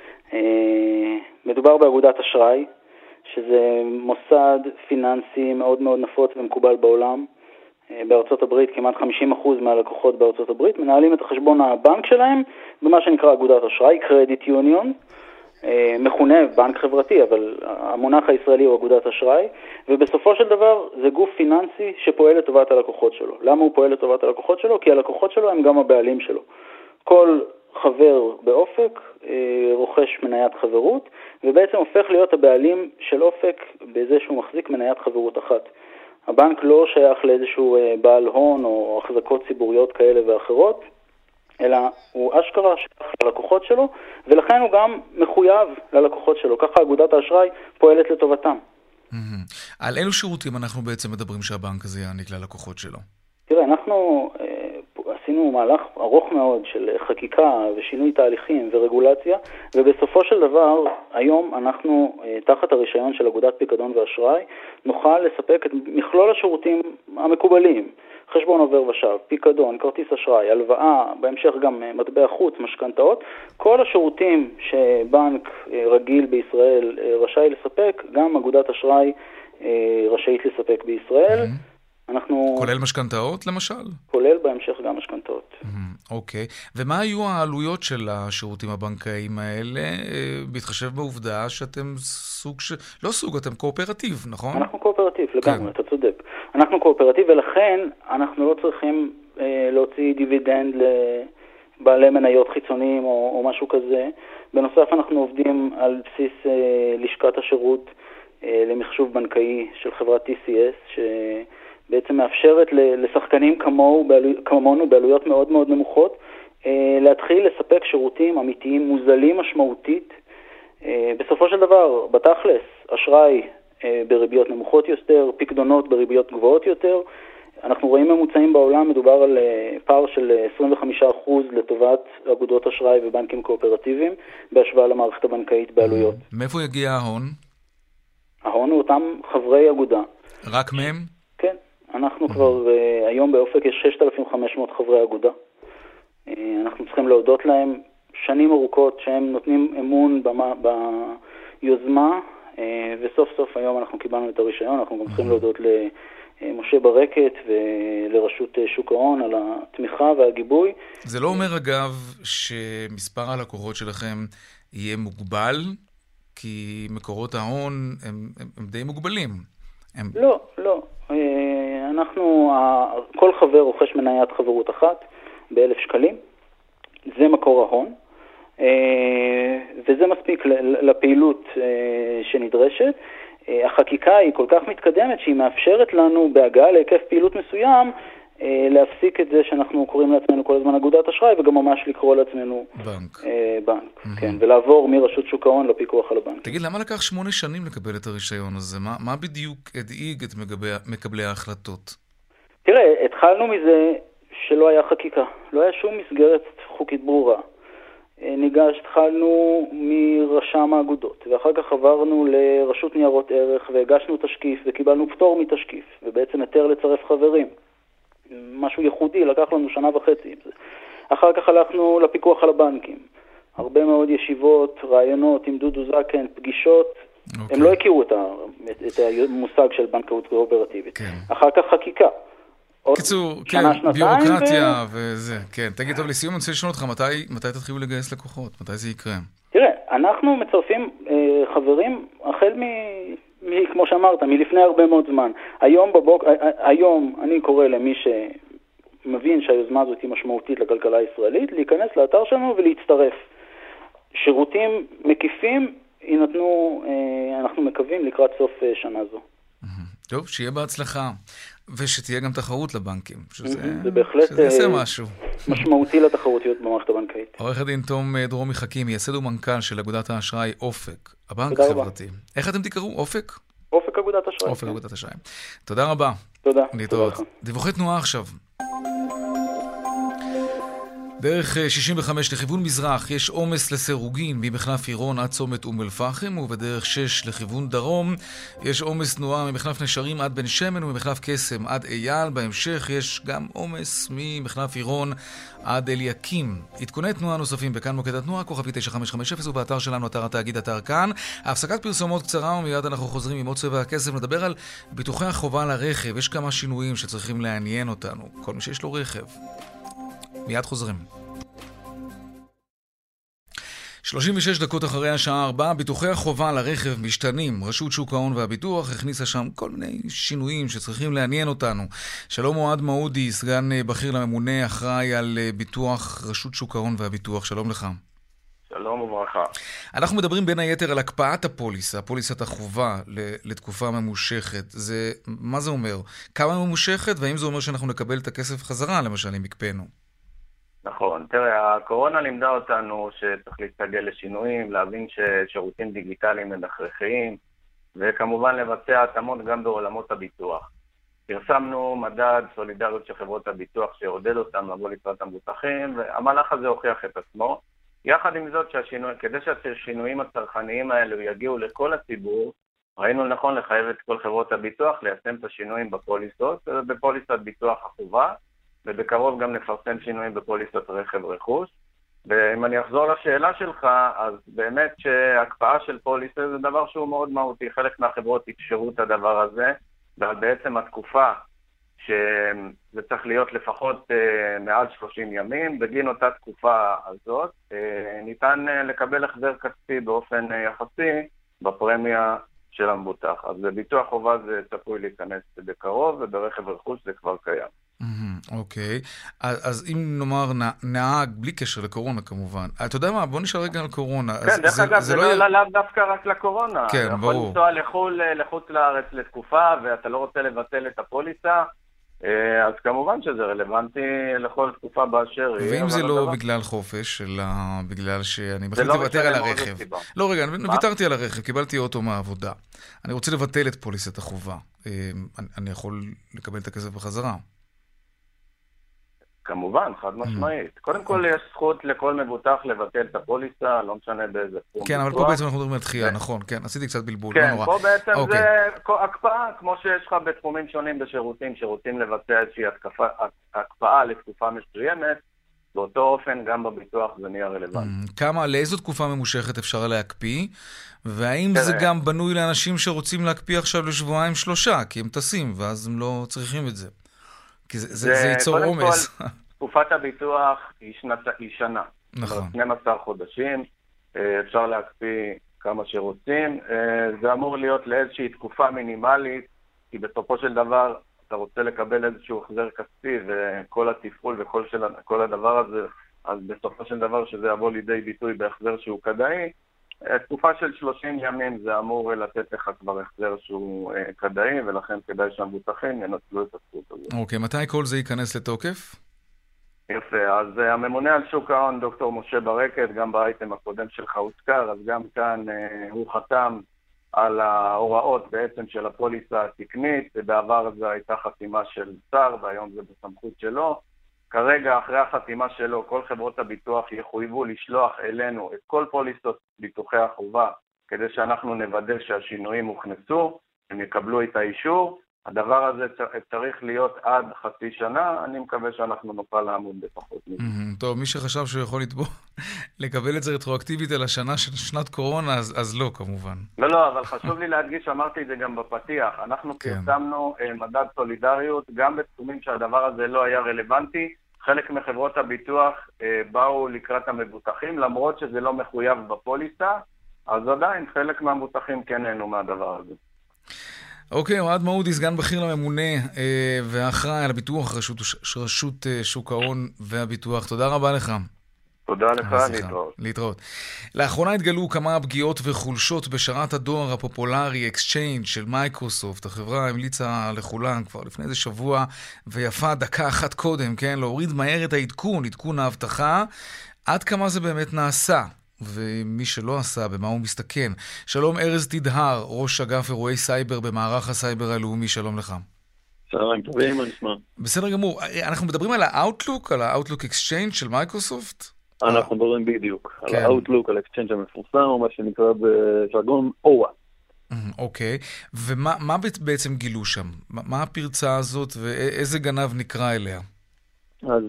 מדובר באגודת אשראי, שזה מוסד פיננסי מאוד מאוד נפוץ ומקובל בעולם. בארצות הברית כמעט 50% מהלקוחות בארצות הברית מנהלים את החשבון הבנק שלהם במה שנקרא אגודת אשראי, קרדיט יוניון, מכונה בנק חברתי, אבל המונח הישראלי הוא אגודת אשראי, ובסופו של דבר זה גוף פיננסי שפועל לטובת הלקוחות שלו. למה הוא פועל לטובת הלקוחות שלו? כי הלקוחות שלו הם גם הבעלים שלו. כל חבר באופק רוכש מניית חברות, ובעצם הופך להיות הבעלים של אופק בזה שהוא מחזיק מניית חברות אחת. הבנק לא שייך לאיזשהו בעל הון או החזקות ציבוריות כאלה ואחרות, אלא הוא אשכרה שייך ללקוחות שלו, ולכן הוא גם מחויב ללקוחות שלו. ככה אגודת האשראי פועלת לטובתם. על אילו שירותים אנחנו בעצם מדברים שהבנק הזה יעניק ללקוחות שלו? תראה, אנחנו עשינו מהלך ארוך מאוד של חקיקה ושינוי תהליכים ורגולציה, ובסופו של דבר היום אנחנו תחת הרישיון של אגודת פיקדון ואשראי נוכל לספק את מכלול השירותים המקובלים, חשבון עובר ושב, פיקדון, כרטיס אשראי, הלוואה, בהמשך גם מטבע חוץ, משכנתאות, כל השירותים שבנק רגיל בישראל רשאי לספק, גם אגודת אשראי רשאית לספק בישראל. כולל משכנתאות למשל? כולל בהמשך גם משכנתאות. אוקיי. ומה היו העלויות של השירותים הבנקאיים האלה, בהתחשב בעובדה שאתם סוג לא סוג, אתם קואופרטיב, נכון? אנחנו קואופרטיב, לגמרי, אתה צודק. אנחנו קואופרטיב, ולכן אנחנו לא צריכים להוציא דיבידנד לבעלי מניות חיצוניים או משהו כזה. בנוסף אנחנו עובדים על בסיס לשכת השירות למחשוב בנקאי של חברת TCS, בעצם מאפשרת לשחקנים כמונו בעלויות מאוד מאוד נמוכות להתחיל לספק שירותים אמיתיים מוזלים משמעותית. בסופו של דבר, בתכלס, אשראי בריביות נמוכות יותר, פקדונות בריביות גבוהות יותר. אנחנו רואים ממוצעים בעולם, מדובר על פער של 25% לטובת אגודות אשראי ובנקים קואופרטיביים בהשוואה למערכת הבנקאית בעלויות. מאיפה יגיע ההון? ההון הוא אותם חברי אגודה. רק מהם? כן. אנחנו כבר, היום באופק יש 6,500 חברי אגודה. אנחנו צריכים להודות להם שנים ארוכות שהם נותנים אמון יוזמה, וסוף סוף היום אנחנו קיבלנו את הרישיון. אנחנו גם צריכים להודות למשה ברקת ולרשות שוק ההון על התמיכה והגיבוי. זה לא אומר אגב שמספר הלקוחות שלכם יהיה מוגבל, כי מקורות ההון הם די מוגבלים. לא. כל חבר רוכש מניית חברות אחת ב1,000 שקלים. זה מקור ההון. וזה מספיק לפעילות שנדרשת. החקיקה היא כל כך מתקדמת שהיא מאפשרת לנו בהגעה להיקף פעילות מסוים להפסיק את זה שאנחנו קוראים לעצמנו כל הזמן אגודת אשראי, וגם ממש לקרוא לעצמנו בנק. כן, ולעבור מרשות שוק ההון לפיקוח על הבנק. תגיד, למה לקח 8 שנים לקבל את הרישיון הזה? מה בדיוק הדאיג את מקבלי ההחלטות? תראה, התחלנו מזה שלא היה חקיקה, לא היה שום מסגרת חוקית ברורה. התחלנו מרשם האגודות, ואחר כך עברנו לרשות ניירות ערך והגשנו תשקיף וקיבלנו פטור מתשקיף, ובעצם היתר לצרף חברים. משהו ייחודי, לקח לנו 1.5 שנה עם זה. אחר כך הלכנו לפיקוח על הבנקים. הרבה מאוד ישיבות, רעיונות עם דודו זקן, פגישות. הם לא הכירו את המושג של בנקאות קואופרטיבית. אחר כך חקיקה. קיצור, כן, ביורוקרטיה וזה, כן. תגיד, טוב, לסיום אני רוצה לשאול אותך, מתי תתחילו לגייס לקוחות? מתי זה יקרה? תראה, אנחנו מצרפים חברים החל כמו שאמרת, מלפני הרבה מאוד זמן. היום אני קורא למי שמבין שהיוזמה הזאת היא משמעותית לכלכלה הישראלית, להיכנס לאתר שלנו ולהצטרף. שירותים מקיפים יינתנו, אנחנו מקווים, לקראת סוף שנה זו. טוב, שיהיה בהצלחה. ושתהיה גם תחרות לבנקים. זה בהחלט משהו משמעותי לתחרותיות במערכת הבנקאית. עורך הדין תום דרומי חכים, מייסד ומנכ"ל של אגודת האשראי אופק, הבנק החברתי. איך אתם תקראו? אופק? אופק אגודת אשראי. אופק אגודת אשראי. תודה רבה. תודה. להתראות. דיווחי תנועה עכשיו. דרך 65 לכיוון מזרח יש עומס לסירוגין ממחלף עירון עד צומת אום אל-פחם, ובדרך 6 לכיוון דרום יש עומס תנועה ממחלף נשרים עד בן שמן וממחלף קסם עד אייל. בהמשך יש גם עומס ממחלף עירון עד אליקים. עדכוני תנועה נוספים בכאן מוקד התנועה, כוכבי 9550, ובאתר שלנו, אתר התאגיד, אתר כאן. הפסקת פרסומות קצרה ומיד אנחנו חוזרים עם עוד צבע הכסף. נדבר על ביטוחי החובה לרכב. יש כמה שינויים שצריכים לעניין אותנו, כל מי שיש לו רכב. מיד חוזרים. 36 דקות אחרי השעה 4, ביטוחי החובה לרכב משתנים. רשות שוק ההון והביטוח הכניסה שם כל מיני שינויים שצריכים לעניין אותנו. שלום אוהד מעודי, סגן בכיר לממונה, אחראי על ביטוח רשות שוק ההון והביטוח. שלום לך. שלום וברכה. אנחנו מדברים בין היתר על הקפאת הפוליסה, פוליסת החובה לתקופה ממושכת. מה זה אומר? כמה ממושכת, והאם זה אומר שאנחנו נקבל את הכסף חזרה, למשל, אם הקפאנו? נכון. תראה, הקורונה לימדה אותנו שצריך להסתגל לשינויים, להבין ששירותים דיגיטליים הם הכרחיים, וכמובן לבצע התאמות גם בעולמות הביטוח. פרסמנו מדד סולידריות של חברות הביטוח שעודד אותם לבוא לקראת המבוטחים, והמהלך הזה הוכיח את עצמו. יחד עם זאת, כדי שהשינויים הצרכניים האלו יגיעו לכל הציבור, ראינו נכון לחייב את כל חברות הביטוח ליישם את השינויים בפוליסות, בפוליסת ביטוח החובה, ובקרוב גם נפרסם שינויים בפוליסת רכב רכוש. ואם אני אחזור לשאלה שלך, אז באמת שהקפאה של פוליסה זה דבר שהוא מאוד מהותי. חלק מהחברות אפשרו את הדבר הזה, ובעצם התקופה שזה צריך להיות לפחות מעל 30 ימים, בגין אותה תקופה הזאת, ניתן לקבל החזר כספי באופן יחסי בפרמיה של המבוטח. אז בביטוח חובה זה צפוי להיכנס בקרוב, וברכב רכוש זה כבר קיים. אוקיי, אז אם נאמר נהג, בלי קשר לקורונה כמובן, אתה יודע מה, בוא נשאל רגע על קורונה. כן, דרך אגב, זה לא לאו דווקא רק לקורונה. כן, ברור. יכול לנסוע לחוץ לארץ לתקופה, ואתה לא רוצה לבטל את הפוליסה, אז כמובן שזה רלוונטי לכל תקופה באשר היא. ואם זה לא בגלל חופש, אלא בגלל שאני מחליט לוותר על הרכב. לא, רגע, ויתרתי על הרכב, קיבלתי אוטו מהעבודה. אני רוצה לבטל את פוליסת החובה. אני יכול לקבל את הכסף בחזרה. כמובן, חד משמעית. קודם כל יש זכות לכל מבוטח לבטל את הפוליסה, לא משנה באיזה תחום. כן, אבל פה בעצם אנחנו מדברים על דחייה, נכון, כן, עשיתי קצת בלבול, לא נורא. כן, פה בעצם זה הקפאה, כמו שיש לך בתחומים שונים בשירותים, שירותים לבצע איזושהי הקפאה לתקופה מסוימת, באותו אופן גם בביטוח זה נהיה רלוונטי. לאיזו תקופה ממושכת אפשר להקפיא? והאם זה גם בנוי לאנשים שרוצים להקפיא עכשיו לשבועיים 3, כי הם טסים, ואז הם לא צריכים את זה? כי זה ייצור עומס. תקופת הביטוח היא שנה. נכון. 12 חודשים, אפשר להקפיא כמה שרוצים. זה אמור להיות לאיזושהי תקופה מינימלית, כי בסופו של דבר אתה רוצה לקבל איזשהו החזר כספי, וכל התפעול וכל הדבר הזה, אז בסופו של דבר שזה יבוא לידי ביטוי בהחזר שהוא כדאי. תקופה של 30 ימים זה אמור לתת לך כבר החזר שהוא כדאי, ולכן כדאי שהמבוטחים ינצלו את הזכות הזאת. אוקיי, מתי כל זה ייכנס לתוקף? יפה, אז הממונה על שוק ההון, דוקטור משה ברקת, גם באייטם הקודם שלך הוזכר, אז גם כאן הוא חתם על ההוראות בעצם של הפוליסה התקנית, ובעבר זה הייתה חתימה של שר, והיום זה בסמכות שלו. כרגע, אחרי החתימה שלו, כל חברות הביטוח יחויבו לשלוח אלינו את כל פוליסות ביטוחי החובה, כדי שאנחנו נוודא שהשינויים הוכנסו, הם יקבלו את האישור. הדבר הזה צריך להיות עד חצי שנה, אני מקווה שאנחנו נוכל לעמוד בפחות מזה. טוב, מי שחשב שהוא יכול לקבל את זה רטרואקטיבית על השנה של שנת קורונה, אז לא, כמובן. לא, אבל חשוב לי להדגיש, אמרתי את זה גם בפתיח, אנחנו פרסמנו מדד סולידריות, גם בתחומים שהדבר הזה לא היה רלוונטי, חלק מחברות הביטוח באו לקראת המבוטחים, למרות שזה לא מחויב בפוליסה, אז עדיין חלק מהמבוטחים כן נהנו מהדבר הזה. אוקיי, אוהד מעודי, סגן בכיר לממונה ואחראי על הביטוח, רשות שוק ההון והביטוח. תודה רבה לך. תודה לך, להתראות. לאחרונה התגלו כמה פגיעות וחולשות בשרת הדואר הפופולרי אקסצ'יינג' של מייקרוסופט. החברה המליצה לכולם כבר לפני איזה שבוע, ויפה דקה אחת קודם, כן, להוריד מהר את עדכון ההבטחה, עד כמה זה באמת נעשה. ומי שלא עשה, במה הוא מסתכן. שלום ארז תדהר, ראש אגף אירועי סייבר במערך הסייבר הלאומי, שלום לך. שלום, טובים, מה נשמע? בסדר גמור. אנחנו מדברים על האוטלוק, על האוטלוק אקסצ'יינג' של מייקרוסופט? אנחנו מדברים בדיוק, על האוטלוק, על האקסצ'יינג' המפורסם, או מה שנקרא בז'רגון OWA. אוקיי, ומה בעצם גילו שם? מה הפרצה הזאת ואיזה גנב נקרא אליה? אז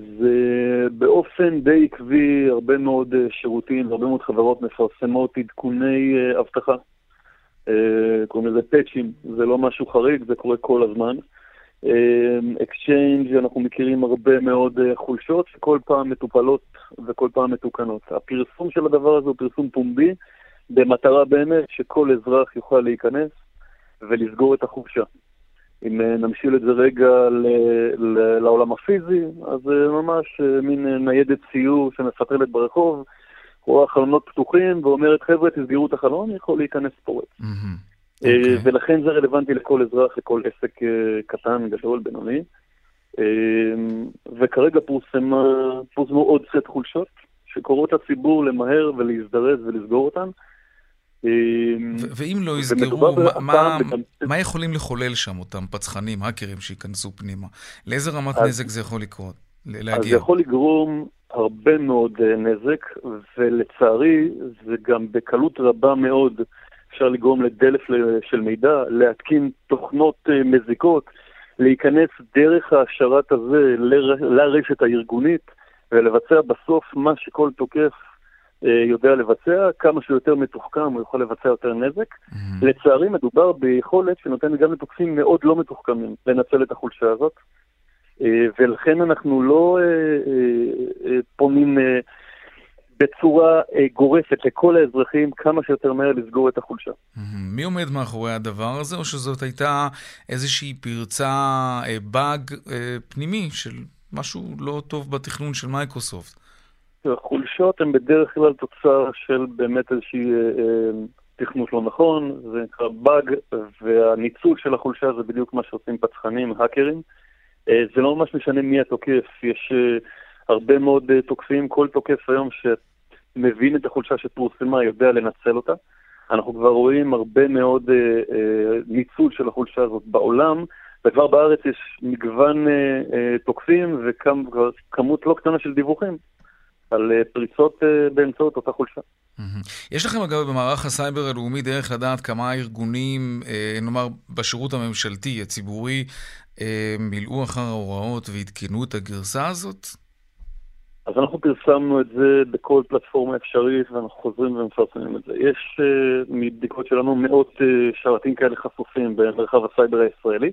באופן די עקבי, הרבה מאוד שירותים, הרבה מאוד חברות מפרסמות עדכוני אבטחה. קוראים לזה פאצ'ים, זה לא משהו חריג, זה קורה כל הזמן. אקסצ'יינג' אנחנו מכירים הרבה מאוד חולשות שכל פעם מטופלות וכל פעם מתוקנות. הפרסום של הדבר הזה הוא פרסום פומבי, במטרה באמת שכל אזרח יוכל להיכנס ולסגור את החולשה. אם נמשיל את זה רגע לעולם הפיזי, אז ממש מין ניידת סיור שמפטרלת ברחוב, רואה חלונות פתוחים ואומרת, חבר'ה, תסגרו את החלון, יכול להיכנס פורץ. ולכן זה רלוונטי לכל אזרח, לכל עסק קטן, גדול, בינוני. וכרגע פורסמו עוד סט חולשות, שקורות לציבור למהר ולהזדרז ולסגור אותן. ואם לא יסגרו, מה יכולים לחולל שם אותם פצחנים, האקרים שיכנסו פנימה? לאיזה רמת נזק זה יכול לקרות? אז זה יכול לגרום הרבה מאוד נזק, ולצערי זה גם בקלות רבה מאוד אפשר לגרום לדלף של מידע, להתקין תוכנות מזיקות, להיכנס דרך השרת הזה לרשת הארגונית, ולבצע בסוף מה שכל תוקף יודע לבצע, כמה שיותר מתוחכם הוא יכול לבצע יותר נזק. לצערי מדובר ביכולת שנותנת גם לתוקפים מאוד לא מתוחכמים לנצל את החולשה הזאת, ולכן אנחנו לא פונים בצורה גורפת לכל האזרחים כמה שיותר מהר לסגור את החולשה. מי עומד מאחורי הדבר הזה, או שזאת הייתה איזושהי פרצה, באג פנימי של משהו לא טוב בתכנון של מייקרוסופט? החולשות הן בדרך כלל תוצר של באמת איזושהי תכנות לא נכון, זה נקרא באג, והניצול של החולשה זה בדיוק מה שעושים פצחנים, האקרים. זה לא ממש משנה מי התוקף, יש הרבה מאוד תוקפים, כל תוקף היום שמבין את החולשה שפורסמה יודע לנצל אותה. אנחנו כבר רואים הרבה מאוד ניצול של החולשה הזאת בעולם, וכבר בארץ יש מגוון תוקפים וכמות לא קטנה של דיווחים על פריצות באמצעות אותה חולשה. יש לכם אגב במערך הסייבר הלאומי דרך לדעת כמה ארגונים, נאמר בשירות הממשלתי, הציבורי, מילאו אחר ההוראות והתקנו את הגרסה הזאת? אז אנחנו פרסמנו את זה בכל פלטפורמה אפשרית, ואנחנו חוזרים ומפרסמים את זה. יש מבדיקות שלנו מאות שרתים כאלה חשופים במרחב הסייבר הישראלי.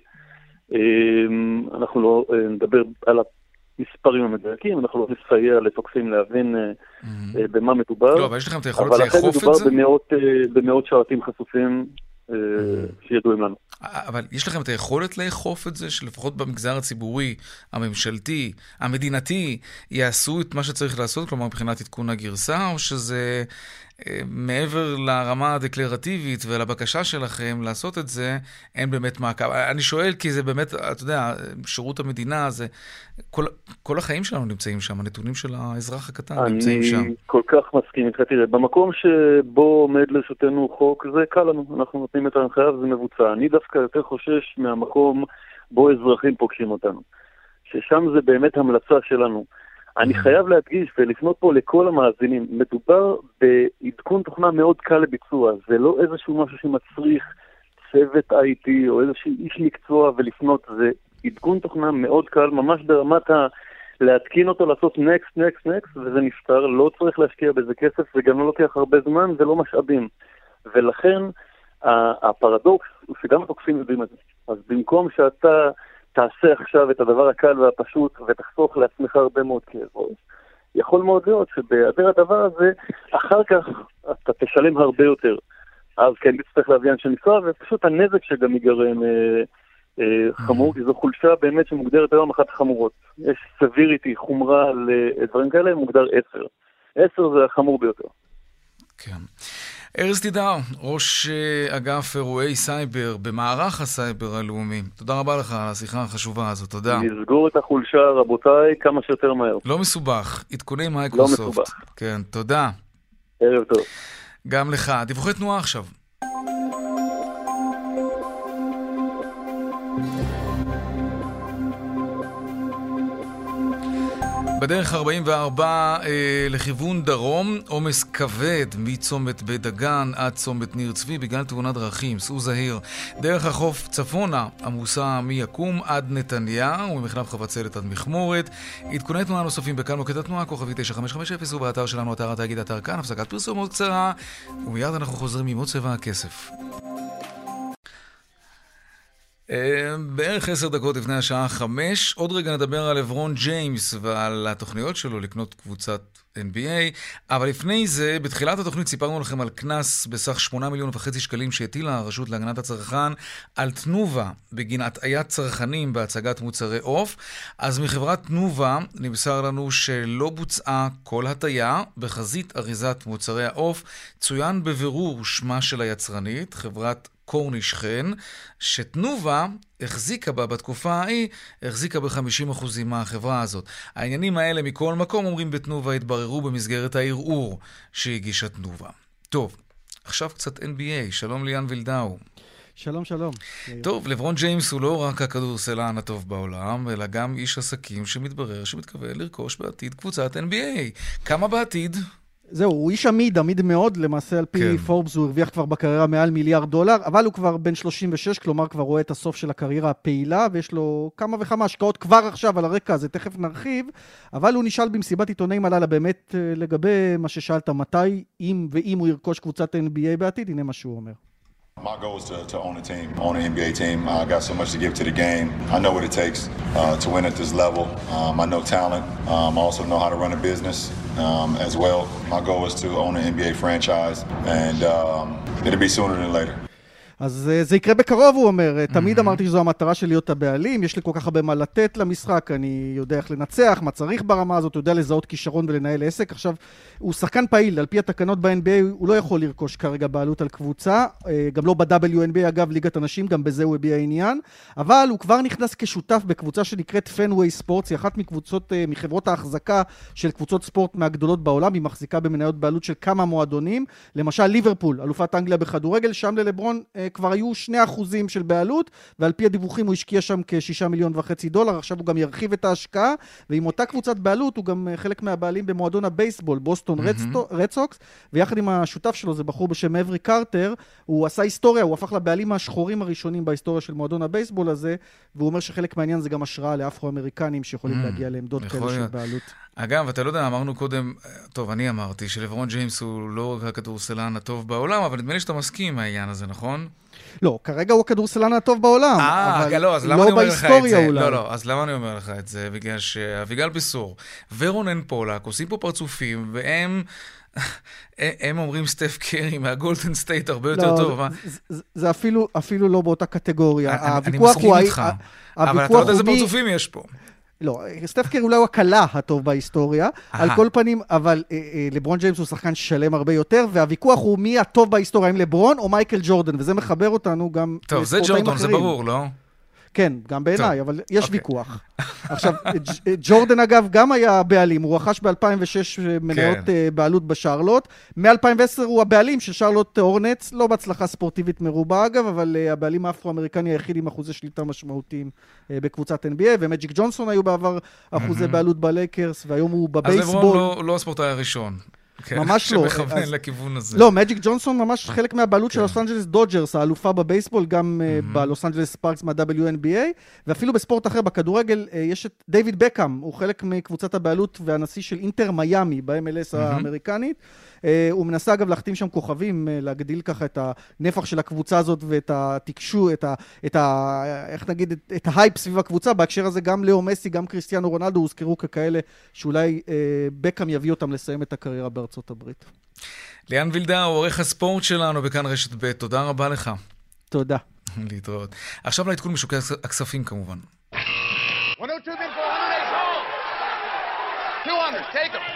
אנחנו לא נדבר על המספרים המדויקים, אנחנו לא נסייע לתוקפים להבין במה מדובר. לא, אבל יש לכם את היכולת לאכוף את זה? אבל לכן מדובר במאות שרתים חשופים שידועים לנו. אבל יש לכם את היכולת לאכוף את זה, שלפחות במגזר הציבורי, הממשלתי, המדינתי, יעשו את מה שצריך לעשות, כלומר מבחינת עדכון הגרסה, או שזה מעבר לרמה הדקלרטיבית ולבקשה שלכם לעשות את זה, אין באמת מעקב. אני שואל כי זה באמת, אתה יודע, שירות המדינה, זה כל החיים שלנו נמצאים שם, הנתונים של האזרח הקטן נמצאים שם. אני כל כך מסכים איתך, תראה, במקום שבו עומד לרשותנו חוק, זה קל לנו, אנחנו נותנים את ההנחיה וזה מבוצע. אני דווקא יותר חושש מהמקום בו אזרחים פוגשים אותנו, ששם זה באמת המלצה שלנו. אני חייב להדגיש ולפנות פה לכל המאזינים, מדובר בעדכון תוכנה מאוד קל לביצוע, זה לא איזשהו משהו שמצריך צוות IT או איזשהו איש מקצוע ולפנות, זה עדכון תוכנה מאוד קל, ממש ברמת להתקין אותו, לעשות next, וזה נפתר, לא צריך להשקיע בזה כסף, וגם לא לוקח הרבה זמן ולא משאבים. ולכן הפרדוקס הוא שגם התוקפים יודעים את זה. אז במקום שאתה תעשה עכשיו את הדבר הקל והפשוט ותחסוך לעצמך הרבה מאוד כאב, יכול מאוד להיות שבהיעדר הדבר הזה, אחר כך אתה תשלם הרבה יותר. אז כן, תצטרך להביא אנשי מקצוע, ופשוט הנזק שגם ייגרם חמור, כי זו חולשה באמת שמוגדרת היום אחת החמורות. יש סביריטי, חומרה לדברים כאלה, מוגדר 10. 10 זה החמור ביותר. כן. ארז תידר, ראש אגף אירועי סייבר במערך הסייבר הלאומי. תודה רבה לך על השיחה החשובה הזאת, תודה. נסגור את החולשה, רבותיי, כמה שיותר מהר. לא מסובך, עדכוני מייקרוסופט. לא מסובך. כן, תודה. ערב טוב. גם לך. דיווחי תנועה עכשיו. בדרך 44 לכיוון דרום, עומס כבד מצומת בדגן עד צומת ניר צבי בגלל תאונת דרכים, סעו זהיר. דרך החוף צפונה עמוסה מיקום עד נתניה וממחלף חבצלת עד מכמורת. עדכוני תנועה נוספים בכאן מוקד התנועה, כוכבי 9550 ובאתר שלנו, אתר התאגיד, אתר כאן. הפסקת פרסום מאוד קצרה ומיד אנחנו חוזרים עם עוד צבע הכסף. בערך 10 דקות לפני השעה 5, עוד רגע נדבר על לברון ג'יימס ועל התוכניות שלו לקנות קבוצת NBA, אבל לפני זה, בתחילת התוכנית סיפרנו לכם על כנס בסך 8.5 מיליון שקלים שהטילה הרשות להגנת הצרכן על תנובה בגין הטעיית צרכנים בהצגת מוצרי עוף. אז מחברת תנובה נמסר לנו שלא בוצעה כל הטעיה בחזית אריזת מוצרי העוף. צוין בבירור שמה של היצרנית, חברת קורניש חן, שתנובה החזיקה בה בתקופה ההיא, החזיקה ב-50% מהחברה הזאת. העניינים האלה מכל מקום, אומרים בתנובה, התבררו במסגרת הערעור שהגישה תנובה. טוב, עכשיו קצת NBA. שלום ליאן וילדאו. שלום, שלום. טוב, לברון ג'יימס הוא לא רק הכדורסלן הטוב בעולם, אלא גם איש עסקים שמתברר שמתכוון לרכוש בעתיד קבוצת NBA. כמה בעתיד? זהו, הוא איש עמיד מאוד, למעשה על פי פורבס הוא הרוויח כבר בקריירה מעל $1 מיליארד, אבל הוא כבר בן 36, כלומר כבר רואה את הסוף של הקריירה הפעילה, ויש לו כמה וכמה השקעות כבר עכשיו על הרקע הזה, תכף נרחיב, אבל הוא נשאל במסיבת עיתונאים הלילה באמת לגבי מה ששאלת, מתי, אם ואם הוא ירכוש קבוצת NBA בעתיד, הנה מה שהוא אומר. My goal is to own a team, own an NBA team. I got so much to give to the game. I know what it takes to win at this level. I know talent. I also know how to run a business as well. My goal is to own an NBA franchise, and it'll be sooner than later. אז זה יקרה בקרוב, הוא אומר. תמיד אמרתי שזו המטרה של להיות הבעלים, יש לי כל כך הרבה מה לתת למשחק, אני יודע איך לנצח, מה צריך ברמה הזאת, יודע לזהות כישרון ולנהל עסק. עכשיו, הוא שחקן פעיל, על פי התקנות ב-NBA, הוא לא יכול לרכוש כרגע בעלות על קבוצה, גם לא ב-WNBA, אגב, ליגת הנשים, גם בזה הוא הביע עניין, אבל הוא כבר נכנס כשותף בקבוצה שנקראת פנוויי ספורטס, היא אחת מחברות ההחזקה של קבוצות ספורט מהגדולות בעולם, היא מחזיקה במניות בעלות של כמה מועדונים, למשל ליברפול, אלופת אנגליה בכדורגל, שם ללברון כבר היו 2% של בעלות, ועל פי הדיווחים הוא השקיע שם $6.5 מיליון, עכשיו הוא גם ירחיב את ההשקעה, ועם אותה קבוצת בעלות הוא גם חלק מהבעלים במועדון הבייסבול, בוסטון רד סוקס, ויחד עם השותף שלו, זה בחור בשם אברי קרטר, הוא עשה היסטוריה, הוא הפך לבעלים השחורים הראשונים בהיסטוריה של מועדון הבייסבול הזה, והוא אומר שחלק מהעניין זה גם השראה לאפרו-אמריקנים שיכולים להגיע לעמדות כאלה של בעלות. אגב, אתה לא יודע, אמרנו קודם, טוב, אני אמרתי שלברון ג'יימס הוא לא רק הכדורסלן הטוב בעולם, אבל נדמה לי שאתה מסכים מהעניין הזה, נכון? לא, כרגע הוא הכדורסלן הטוב בעולם, אבל לא בהיסטוריה אולי. לא, אז למה אני אומר לך את זה? בגלל שאביגל בסור ורונן פולק עושים פה פרצופים, והם אומרים סטף קרי מהגולדן סטייט הרבה יותר טוב. זה אפילו לא באותה קטגוריה. אני מסכים איתך, אבל אתה לא יודע איזה פרצופים יש פה. לא, סטף קרי אולי הוא הקלה הטוב בהיסטוריה, על כל פנים, אבל לברון ג'יימס הוא שחקן שלם הרבה יותר, והוויכוח הוא מי הטוב בהיסטוריה, אם לברון או מייקל ג'ורדן, וזה מחבר אותנו גם טוב, זה ג'ורדן, זה ברור, לא? כן, גם בעיניי, אבל יש ויכוח. עכשיו, ג'ורדן אגב גם היה בעלים, הוא רכש ב-2006 מניות בעלות בשרלוט, מ-2010 הוא הבעלים של שרלוט הורנטס, לא בהצלחה ספורטיבית מרובה אגב, אבל הבעלים האפרו-אמריקני היחיד עם אחוזי שליטה משמעותיים בקבוצת NBA, ומג'יק ג'ונסון היו בעבר אחוזי בעלות בלייקרס, והיום הוא בבייסבול. אז לברון לא הספורטאי הראשון. ממש לא. שמכוון לכיוון הזה. לא, מג'יק ג'ונסון ממש חלק מהבעלות של לוס אנג'לס דודג'רס, האלופה בבייסבול, גם בלוס אנג'לס ספארקס מה-WNBA, ואפילו בספורט אחר, בכדורגל, יש את דיוויד בקאם, הוא חלק מקבוצת הבעלות והנשיא של אינטר מיאמי, ב-MLS האמריקנית. הוא מנסה אגב להחתים שם כוכבים, להגדיל ככה את הנפח של הקבוצה הזאת ואת התקשור, איך נגיד, את ההייפ סביב הקבוצה. בהקשר הזה גם לאו מסי, גם קריסטיאנו רונלדו הוזכרו ככאלה שאולי בקאם יביא אותם לסיים את הקריירה בארצות הברית. ליאן וילדאו, עורך הספורט שלנו בכאן רשת ב', תודה רבה לך. תודה. להתראות. עכשיו לעדכון משוקי הכספים כמובן. 102 200, take them.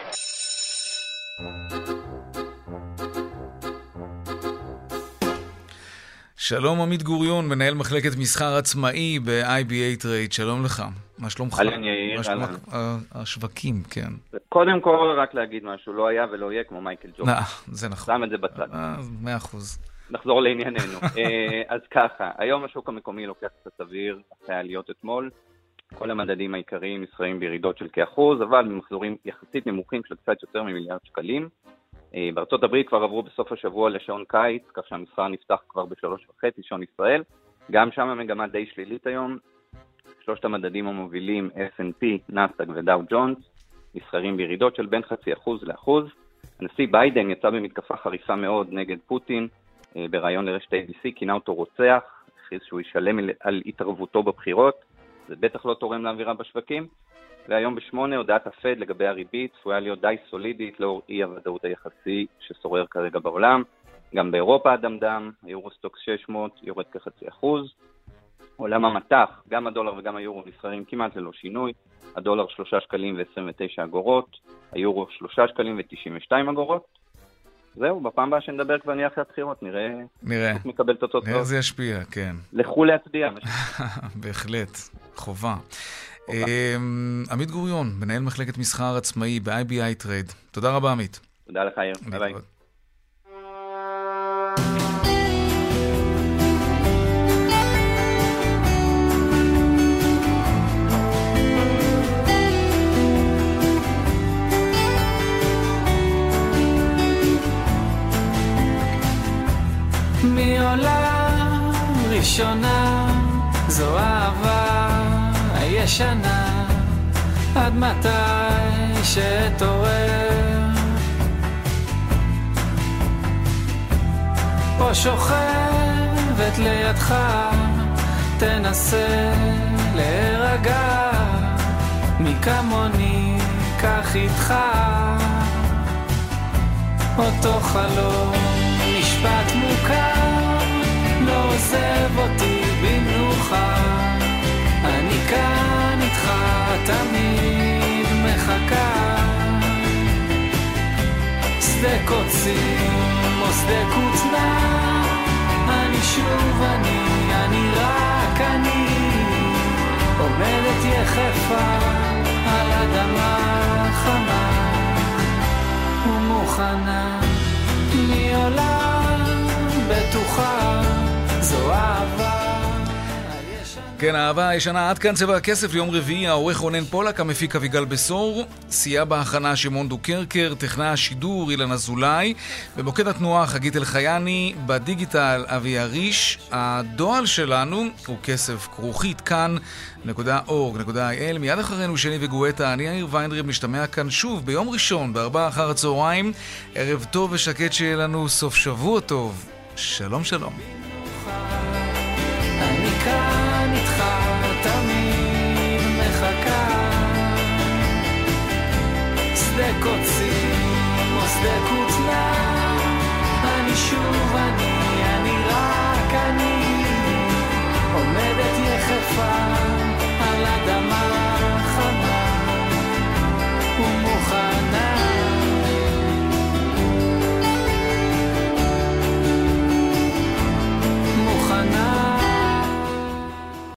שלום עמית גוריון, מנהל מחלקת מסחר עצמאי ב-IBA Trade, שלום לך. מה שלומך? אהלן יאיר, אהלן. השווקים, כן. קודם כל רק להגיד משהו, לא היה ולא יהיה כמו מייקל ג'ורדן. זה נכון. שם את זה בצד. 100%. נחזור לענייננו. אז ככה, היום השוק המקומי לוקח קצת אוויר, אחרי העליות אתמול. כל המדדים העיקריים מסחריים בירידות של כ1%, אבל במחזורים יחסית נמוכים של קצת יותר ממיליארד שקלים. בארצות הברית כבר עברו בסוף השבוע לשעון קיץ, כך שהמסחר נפתח כבר ב3:30 שעון ישראל. גם שם המגמה די שלילית היום. שלושת המדדים המובילים, S&P, נאסד"ק ודאו ג'ונס, מסחרים בירידות של בין 0.5% ל1%. הנשיא ביידן יצא במתקפה חריפה מאוד נגד פוטין, ברעיון לרשת ABC, כינה אותו רוצח, הכריז שהוא ישלם על התערבותו בבחירות, זה בטח לא תורם לאווירה בשווקים. והיום ב8 הודעת הפד לגבי הריבית צפויה להיות די סולידית לאור אי הוודאות היחסי ששורר כרגע בעולם. גם באירופה הדמדם, היורוסטוקס 600 יורד כ0.5%. עולם המטח, גם הדולר וגם היורו נסחרים כמעט ללא שינוי. הדולר 3.29 שקלים, היורו 3.92 שקלים. זהו, בפעם הבאה שנדבר כבר נהיה אחרי הבחירות, נראה. מקבל תוצאות נראה זה ישפיע, כן. לכו להצביע. בהחלט, חובה. עמית גוריון, מנהל מחלקת מסחר עצמאי ב-IBA Trade. תודה רבה עמית. תודה לך יאיר, ביי ביי. מעולם ראשונה זו אהבה הישנה עד מתי שתעורר פה שוכבת לידך תנסה להירגע מי כמוני כך איתך אותו חלום משפט מוכר לא עוזב אותי במנוחה אני כאן איתך תמיד מחכה שדה קוצים או שדה קוצנה אני שוב אני רק אני עומדת יחפה על אדמה חמה ומוכנה מעולם בטוחה כן, האהבה הישנה, עד כאן צבע הכסף ליום רביעי, העורך רונן פולק, המפיק אביגל בשור, סייע בהכנה שמעון דוקרקר, טכנאי השידור אילן אזולאי, במוקד התנועה חגית אלחייני, בדיגיטל אבי הריש. הדואל שלנו הוא כסף@כאן.org.il. מיד אחרינו שני וגואטה, אני יאיר ויינרב, נשתמע כאן שוב ביום ראשון ב16:00. ערב טוב ושקט שיהיה לנו, סוף שבוע טוב. שלום שלום. אני כאן איתך תמיד מחכה, שדה קוצים או שדה כותנה, אני שוב אני רק אני